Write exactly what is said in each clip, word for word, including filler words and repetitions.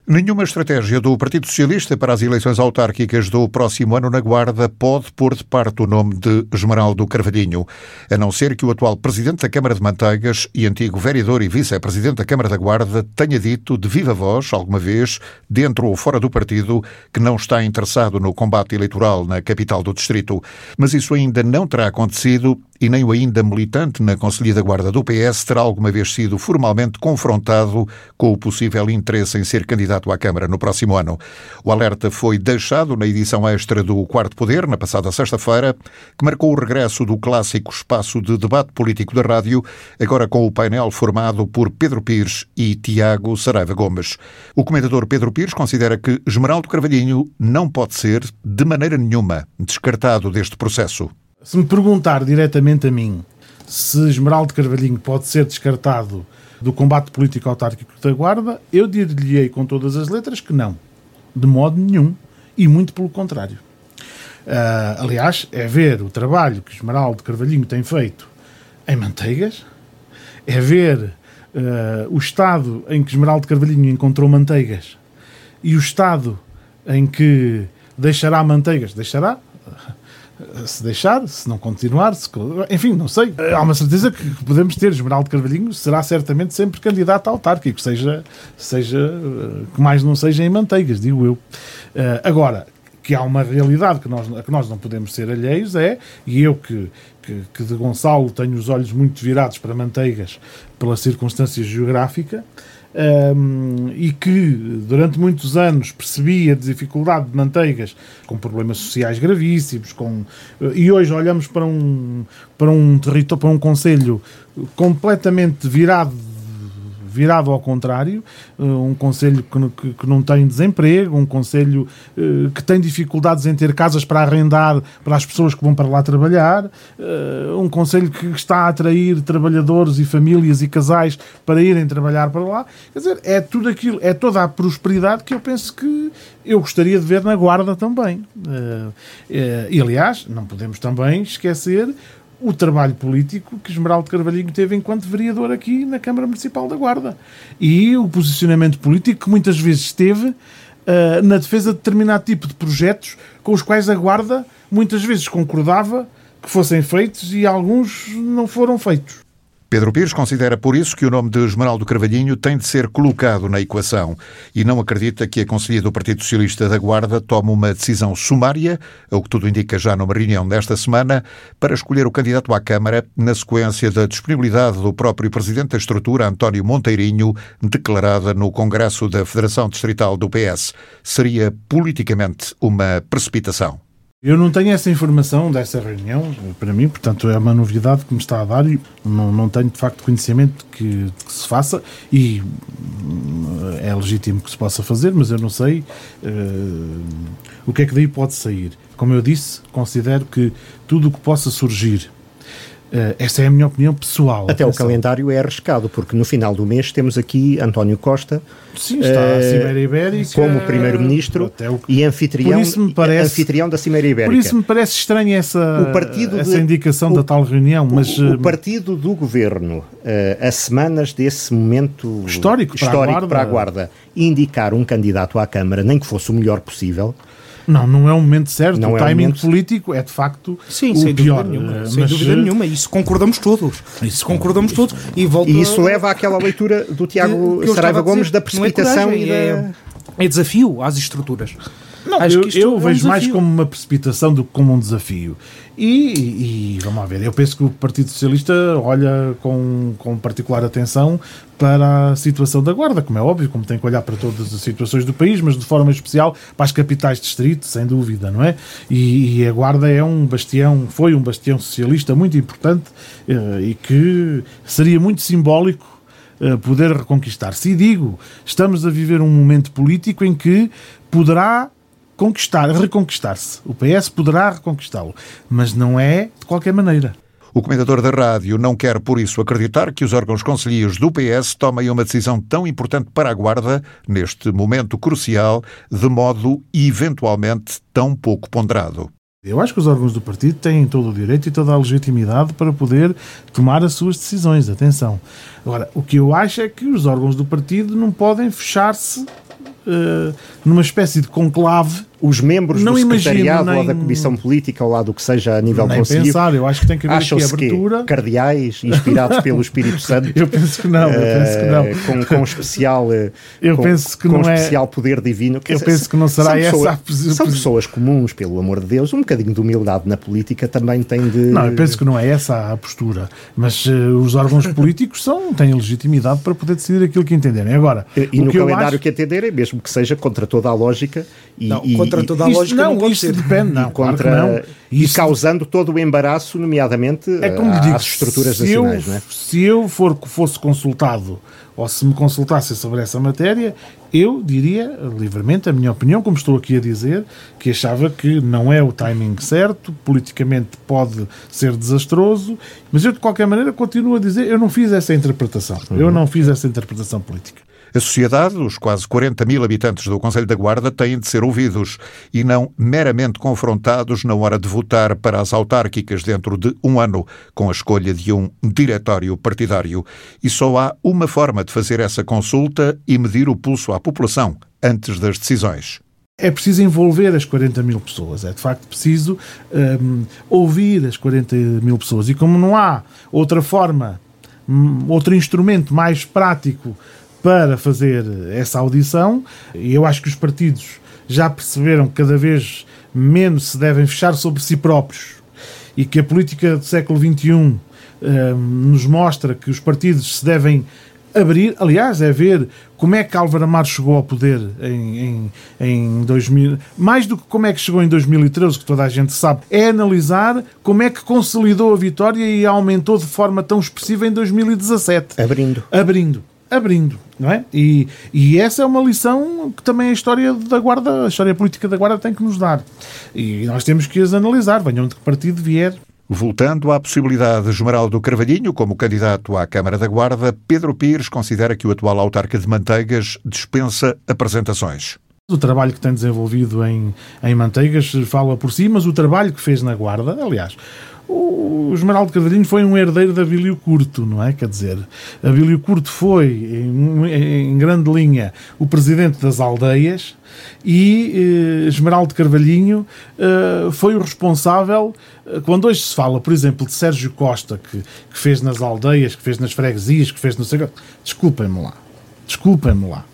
Nenhuma estratégia do Partido Socialista para as eleições autárquicas do próximo ano na Guarda pode pôr de parte o nome de Esmeraldo Carvalhinho, a não ser que o atual Presidente da Câmara de Manteigas e antigo vereador e Vice-Presidente da Câmara da Guarda tenha dito de viva voz, alguma vez, dentro ou fora do partido, que não está interessado no combate eleitoral na capital do distrito. Mas isso ainda não terá acontecido e nem o ainda militante na Conselhia da Guarda do P S terá alguma vez sido formalmente confrontado com o possível interesse em ser candidato à Câmara no próximo ano. O alerta foi deixado na edição extra do Quarto Poder, na passada sexta-feira, que marcou o regresso do clássico espaço de debate político da rádio, agora com o painel formado por Pedro Pires e Tiago Saraiva Gomes. O comentador Pedro Pires considera que Esmeraldo Carvalhinho não pode ser, de maneira nenhuma, descartado deste processo. Se me perguntar diretamente a mim se Esmeraldo Carvalhinho pode ser descartado do combate político autárquico da Guarda, eu dir-lhe-ei com todas as letras que não. De modo nenhum. E muito pelo contrário. Uh, aliás, é ver o trabalho que Esmeraldo Carvalhinho tem feito em Manteigas, é ver uh, o estado em que Esmeraldo Carvalhinho encontrou Manteigas e o estado em que deixará Manteigas. Deixará? Se deixar, se não continuar, se... enfim, não sei. Há uma certeza que podemos ter. Esmeraldo Carvalhinho será certamente sempre candidato autárquico, seja, seja que mais não seja em Manteigas, digo eu. Agora, que há uma realidade que nós, que nós não podemos ser alheios é, e eu que, que, que de Gonçalo tenho os olhos muito virados para Manteigas pela circunstância geográfica, Um, e que durante muitos anos percebi a dificuldade de Manteigas com problemas sociais gravíssimos, com, e hoje olhamos para um, para um território, para um concelho completamente virado virado ao contrário, um concelho que, que, que não tem desemprego, um concelho uh, que tem dificuldades em ter casas para arrendar para as pessoas que vão para lá trabalhar, uh, um concelho que está a atrair trabalhadores e famílias e casais para irem trabalhar para lá. Quer dizer, é tudo aquilo, é toda a prosperidade que eu penso que eu gostaria de ver na Guarda também. Uh, uh, e aliás, não podemos também esquecer o trabalho político que Esmeraldo Carvalhinho teve enquanto vereador aqui na Câmara Municipal da Guarda. E o posicionamento político que muitas vezes teve uh, na defesa de determinado tipo de projetos com os quais a Guarda muitas vezes concordava que fossem feitos e alguns não foram feitos. Pedro Pires considera por isso que o nome de Esmeraldo Carvalhinho tem de ser colocado na equação e não acredita que a Conselhia do Partido Socialista da Guarda tome uma decisão sumária, o que tudo indica já numa reunião desta semana, para escolher o candidato à Câmara na sequência da disponibilidade do próprio Presidente da estrutura, António Monteirinho, declarada no Congresso da Federação Distrital do P S. Seria politicamente uma precipitação. Eu não tenho essa informação dessa reunião, para mim, portanto é uma novidade que me está a dar e não, não tenho de facto conhecimento que, que se faça e é legítimo que se possa fazer, mas eu não sei uh, o que é que daí pode sair. Como eu disse, considero que tudo o que possa surgir, uh, essa é a minha opinião pessoal. Até atenção. O calendário é arriscado, porque no final do mês temos aqui António Costa. Sim, está uh, a Cimeira Ibérica como Primeiro-Ministro o... e anfitrião, parece, anfitrião da Cimeira Ibérica. Por isso me parece estranha essa, o partido essa de, indicação o, da tal reunião. Mas, o, o partido do Governo, uh, a semanas desse momento histórico, para, histórico a Guarda, para a Guarda, indicar um candidato à Câmara, nem que fosse o melhor possível. Não, não é o momento certo. Não o é timing momento... político é de facto Sim, o sem pior. Dúvida nenhuma, mas... sem dúvida nenhuma. Isso concordamos todos. Isso concordamos todos. E, volta... e isso leva àquela leitura do Tiago que, que Saraiva Gomes da precipitação é e da... é, é desafio às estruturas. Não, Acho eu, que isto eu é um vejo desafio. mais como uma precipitação do que como um desafio. E, e vamos lá ver, eu penso que o Partido Socialista olha com, com particular atenção para a situação da Guarda, como é óbvio, como tem que olhar para todas as situações do país, mas de forma especial para as capitais de distrito, sem dúvida, não é? E, e a Guarda é um bastião, foi um bastião socialista muito importante eh, e que seria muito simbólico eh, poder reconquistar-se. E digo, estamos a viver um momento político em que poderá conquistar, reconquistar-se. O P S poderá reconquistá-lo, mas não é de qualquer maneira. O comentador da rádio não quer, por isso, acreditar que os órgãos conselheiros do P S tomem uma decisão tão importante para a Guarda, neste momento crucial, de modo eventualmente tão pouco ponderado. Eu acho que os órgãos do partido têm todo o direito e toda a legitimidade para poder tomar as suas decisões. Atenção. Agora, o que eu acho é que os órgãos do partido não podem fechar-se uh, numa espécie de conclave. Os membros não do secretariado nem... ou da comissão política ou lá do que seja a nível nem conselho, pensar, eu acho que tem que haver aqui abertura. Que cardeais inspirados pelo Espírito Santo. Eu penso que não, eu penso que não. Com, com especial, eu com, penso que com não especial é... poder divino. Eu penso que não será são essa pessoas, a posição. São pessoas comuns, pelo amor de Deus. Um bocadinho de humildade na política também tem de... Não, eu penso que não é essa a postura. Mas uh, os órgãos políticos são, têm legitimidade para poder decidir aquilo que entenderem. Agora, e e no que calendário acho... que entenderem, mesmo que seja contra toda a lógica e, não, e, contra toda a isto, lógica não, não pode isto ser. Depende, não, contra, claro que não. E Isto... causando todo o embaraço, nomeadamente é como lhe digo, às estruturas se nacionais. Eu, não é? Se eu for, fosse consultado ou se me consultassem sobre essa matéria, eu diria livremente a minha opinião, como estou aqui a dizer, que achava que não é o timing certo, politicamente pode ser desastroso, mas eu de qualquer maneira continuo a dizer, eu não fiz essa interpretação. Uhum. Eu não fiz essa interpretação política. A sociedade, os quase quarenta mil habitantes do Conselho da Guarda, têm de ser ouvidos e não meramente confrontados na hora de votar para as autárquicas dentro de um ano, com a escolha de um diretório partidário. E só há uma forma de fazer essa consulta e medir o pulso à população antes das decisões. É preciso envolver as quarenta mil pessoas, é de facto preciso um, ouvir as quarenta mil pessoas. E como não há outra forma, um, outro instrumento mais prático para fazer essa audição, e eu acho que os partidos já perceberam que cada vez menos se devem fechar sobre si próprios e que a política do século vinte e um um, nos mostra que os partidos se devem abrir. Aliás, é ver como é que Álvaro Amaro chegou ao poder em, em, em dois mil, mais do que como é que chegou em dois mil e treze, que toda a gente sabe, é analisar como é que consolidou a vitória e aumentou de forma tão expressiva em dois mil e dezassete. Abrindo. Abrindo. Abrindo, não é? E, e essa é uma lição que também a história da Guarda, a história política da Guarda tem que nos dar. E nós temos que as analisar, venham de que partido vier. Voltando à possibilidade de Esmeraldo Carvalhinho como candidato à Câmara da Guarda, Pedro Pires considera que o atual autarca de Manteigas dispensa apresentações. O trabalho que tem desenvolvido em, em Manteigas fala por si, mas o trabalho que fez na Guarda, aliás, o Esmeraldo Carvalhinho foi um herdeiro de Abílio Curto, não é? Quer dizer, Abílio Curto foi, em, em grande linha, o presidente das aldeias e eh, Esmeraldo Carvalhinho eh, foi o responsável, eh, quando hoje se fala, por exemplo, de Sérgio Costa, que, que fez nas aldeias, que fez nas freguesias, que fez no... Desculpem-me lá. Desculpem-me lá.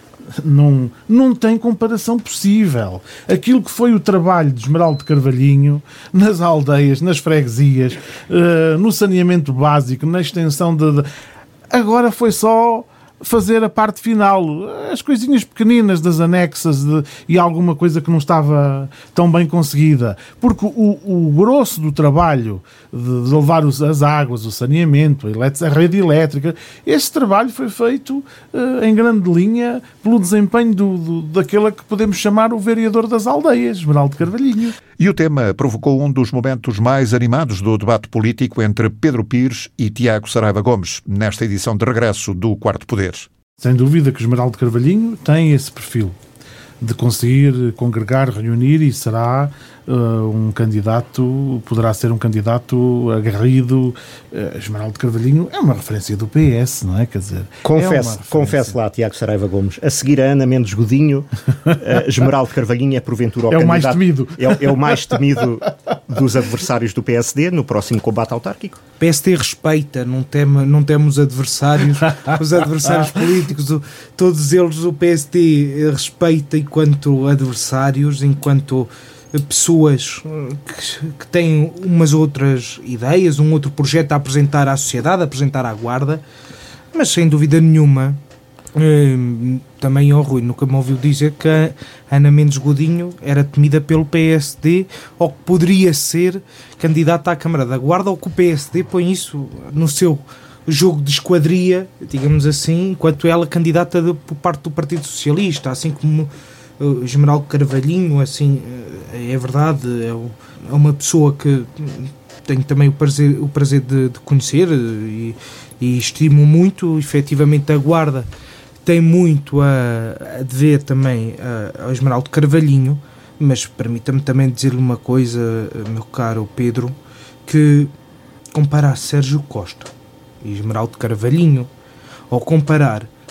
Não, não tem comparação possível. Aquilo que foi o trabalho de Esmeraldo Carvalhinho nas aldeias, nas freguesias, uh, no saneamento básico, na extensão de, de... Agora foi só fazer a parte final, as coisinhas pequeninas das anexas de, e alguma coisa que não estava tão bem conseguida. Porque o, o grosso do trabalho de, de levar os, as águas, o saneamento, a, elet- a rede elétrica, esse trabalho foi feito uh, em grande linha pelo desempenho do, do, daquele que podemos chamar o vereador das aldeias, Esmeraldo Carvalhinho. E o tema provocou um dos momentos mais animados do debate político entre Pedro Pires e Tiago Saraiva Gomes, nesta edição de regresso do Quarto Poder. Sem dúvida que o Esmeraldo Carvalhinho tem esse perfil de conseguir congregar, reunir e será uh, um candidato, poderá ser um candidato aguerrido. Uh, Esmeraldo Carvalhinho é uma referência do P S, não é? Quer dizer, confesso, é confesso lá, Tiago Saraiva Gomes, a seguir a Ana Mendes Godinho, uh, Esmeraldo Carvalhinho é porventura o é candidato... o mais temido. É, é o mais temido dos adversários do P S D no próximo combate autárquico. O P S D respeita, não, teme, não temos adversários, os adversários políticos, o, todos eles o P S D respeita enquanto adversários, enquanto pessoas que, que têm umas outras ideias, um outro projeto a apresentar à sociedade, a apresentar à Guarda, mas sem dúvida nenhuma, hum, também ao Rui, nunca me ouviu dizer que a Ana Mendes Godinho era temida pelo P S D ou que poderia ser candidata à Câmara da Guarda, ou que o P S D põe isso no seu jogo de esquadria, digamos assim, enquanto ela candidata de, por parte do Partido Socialista, assim como uh, Esmeraldo Carvalhinho, assim, uh, é verdade, é, é uma pessoa que tenho também o prazer, o prazer de, de conhecer uh, e, e estimo muito, efetivamente a Guarda tem muito a, a dever também a, a Esmeraldo Carvalhinho, mas permita-me também dizer-lhe uma coisa, meu caro Pedro, que comparar Sérgio Costa e Esmeraldo Carvalhinho, ou comparar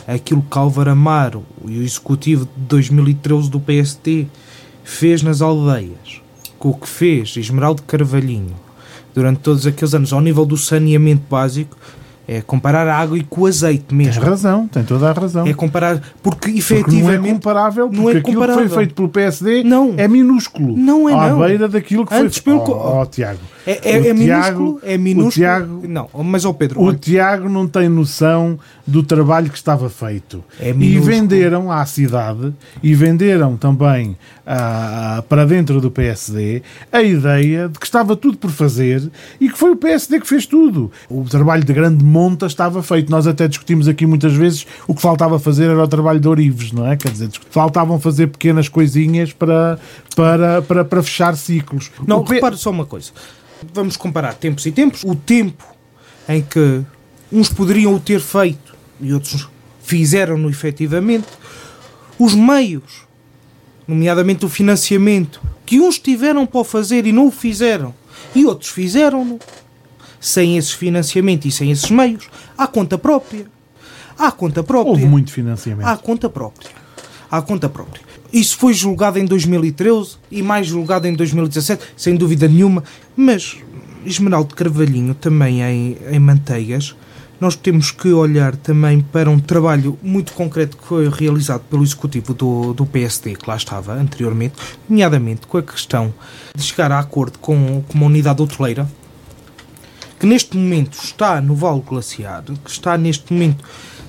aquilo que Álvaro Amaro e o executivo de dois mil e treze do P S D fez nas aldeias, com o que fez Esmeraldo Carvalhinho durante todos aqueles anos ao nível do saneamento básico, é comparar a água e com o azeite mesmo. Tem razão, tem toda a razão. É comparar, porque Porque efetivamente não é comparável, porque não é aquilo comparável. que foi feito pelo P S D Não. é minúsculo. Não é, à não. beira daquilo que Antes, foi pelo feito. co- Oh, oh, Tiago. É, O é, é Tiago- minúsculo, é minúsculo. O Tiago, Não, mas ó Pedro, o olha, Tiago não tem noção do trabalho que estava feito. É e minúsculo. venderam à cidade e venderam também ah, para dentro do P S D a ideia de que estava tudo por fazer e que foi o P S D que fez tudo. O trabalho de grande monta estava feito. Nós até discutimos aqui muitas vezes o que faltava fazer era o trabalho de ourives, não é? Quer dizer, faltavam fazer pequenas coisinhas para, para, para, para fechar ciclos. não, O P- repare só uma coisa. Vamos comparar tempos e tempos. O tempo em que uns poderiam o ter feito e outros fizeram-no efetivamente. Os meios, nomeadamente o financiamento, que uns tiveram para o fazer e não o fizeram, e outros fizeram-no, sem esse financiamento e sem esses meios, há conta própria. Há conta própria. Houve muito financiamento. Há conta própria. Há conta própria. Isso foi julgado em dois mil e treze e mais julgado em dois mil e dezassete, sem dúvida nenhuma. Mas Esmeraldo Carvalhinho, também em, em Manteigas, nós temos que olhar também para um trabalho muito concreto que foi realizado pelo executivo do, do P S D, que lá estava anteriormente, nomeadamente com a questão de chegar a acordo com, com uma unidade hoteleira, que neste momento está no Vale Glaciar, que está neste momento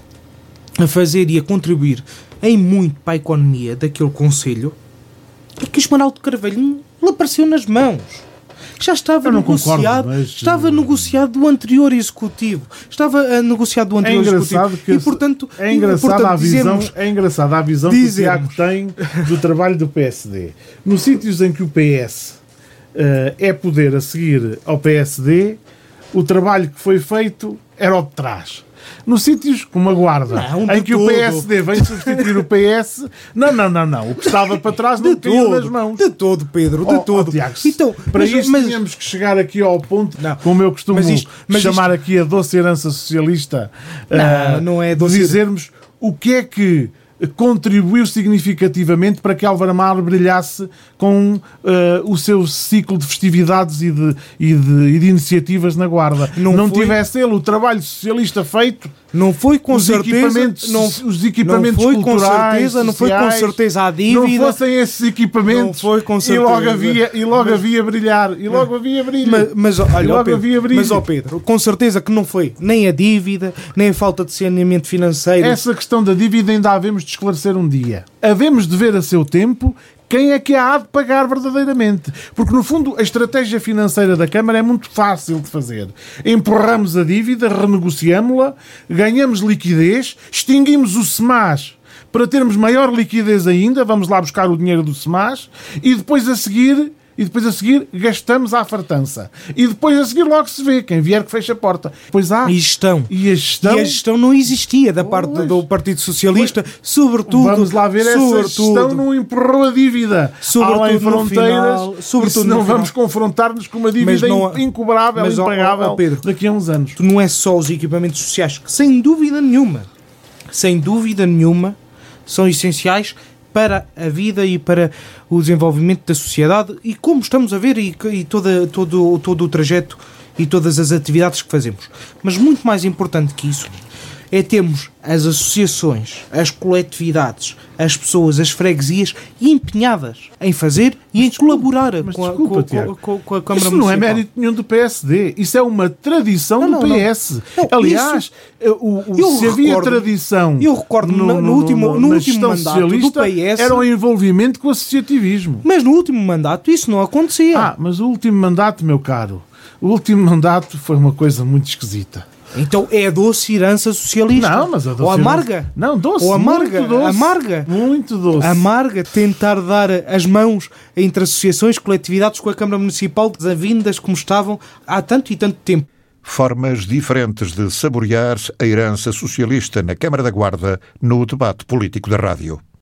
a fazer e a contribuir em muito para a economia daquele concelho, porque Esmeraldo Carvalhinho lhe apareceu nas mãos. Já estava Eu não negociado, concordo, mas- estava negociado do anterior executivo. Estava a negociado do É anterior engraçado executivo. que E, portanto, é e, engraçada portanto, a visão, dizemos- é engraçada a visão que o dizemos- Tiago tem do trabalho do P S D. Nos sítios em que o P S eh, é poder a seguir ao P S D, o trabalho que foi feito era o de trás. Nos sítios como a Guarda, Não, de em que todo. o P S D vem substituir o P S, não, não, não, não. O que estava para trás não de caiu nas todo, mãos. de todo, Pedro, de Oh, oh, todo. Tiago, Então, para mas- isto mas- tínhamos que chegar aqui ao ponto, Não, como eu costumo mas isto- mas chamar isto- aqui a doce herança socialista, Não, ah, não é de doce- dizermos o que é que contribuiu significativamente para que Álvaro Amaro brilhasse com ah, o seu ciclo de festividades e de, e de, e de iniciativas na Guarda. Não Não, foi- tivesse ele o trabalho socialista feito, Não foi com os certeza, equipamentos, não, os equipamentos não foi com culturais, certeza, não foi com sociais, certeza a não dívida. fossem esses equipamentos, Não foi com e certeza. logo havia, e logo havia brilhar, e logo havia brilho. Mas, mas, E olha, ó logo Pedro, havia brilho. mas ó Pedro, com certeza que não foi nem a dívida, nem a falta de saneamento financeiro. Essa questão da dívida ainda havemos de esclarecer um dia. Havemos de ver a seu tempo quem é que a há de pagar verdadeiramente. Porque, no fundo, a estratégia financeira da Câmara é muito fácil de fazer. Empurramos a dívida, renegociamos-la, ganhamos liquidez, extinguimos o SEMAS para termos maior liquidez ainda, vamos lá buscar o dinheiro do SEMAS, e depois a seguir... E depois a seguir gastamos à fartança. E depois a seguir logo se vê. Quem vier que fecha a porta. Pois há. E gestão. E a gestão... E a gestão não existia da parte Pois. do Partido Socialista, sobretudo. Vamos lá ver, essa sobretudo, gestão não empurrou a dívida Sobretudo além no fronteiras, final, sobretudo e senão no final. vamos confrontar-nos com uma dívida Mas não- incobrável, mas, ó, impagável ó, Pedro, daqui a uns anos. Não é só os equipamentos sociais, que sem dúvida nenhuma, sem dúvida nenhuma, são essenciais para a vida e para o desenvolvimento da sociedade e como estamos a ver e, e toda, todo, todo o trajeto e todas as atividades que fazemos. Mas muito mais importante que isso é termos as associações, as coletividades, as pessoas, as freguesias empenhadas em fazer e em colaborar mas com a, desculpa, com, Tiago. com, com a Câmara Isso não é Municipal. mérito nenhum do P S D. Isso é uma tradição Não, do não, P S. não. Não, Aliás, o, o, eu se havia recordo- tradição eu recordo no- no último- no na último gestão mandato do socialista, P S, era o envolvimento com o associativismo. Mas no último mandato isso não acontecia. Ah, mas o último mandato, meu caro, o último mandato foi uma coisa muito esquisita. Então é doce herança socialista. Não, mas a doce Ou amarga. Não, doce. Ou amarga. Muito doce. Amarga. Muito doce. Amarga tentar dar as mãos entre associações, coletividades com a Câmara Municipal, desavindas como estavam há tanto e tanto tempo. Formas diferentes de saborear a herança socialista na Câmara da Guarda no debate político da rádio.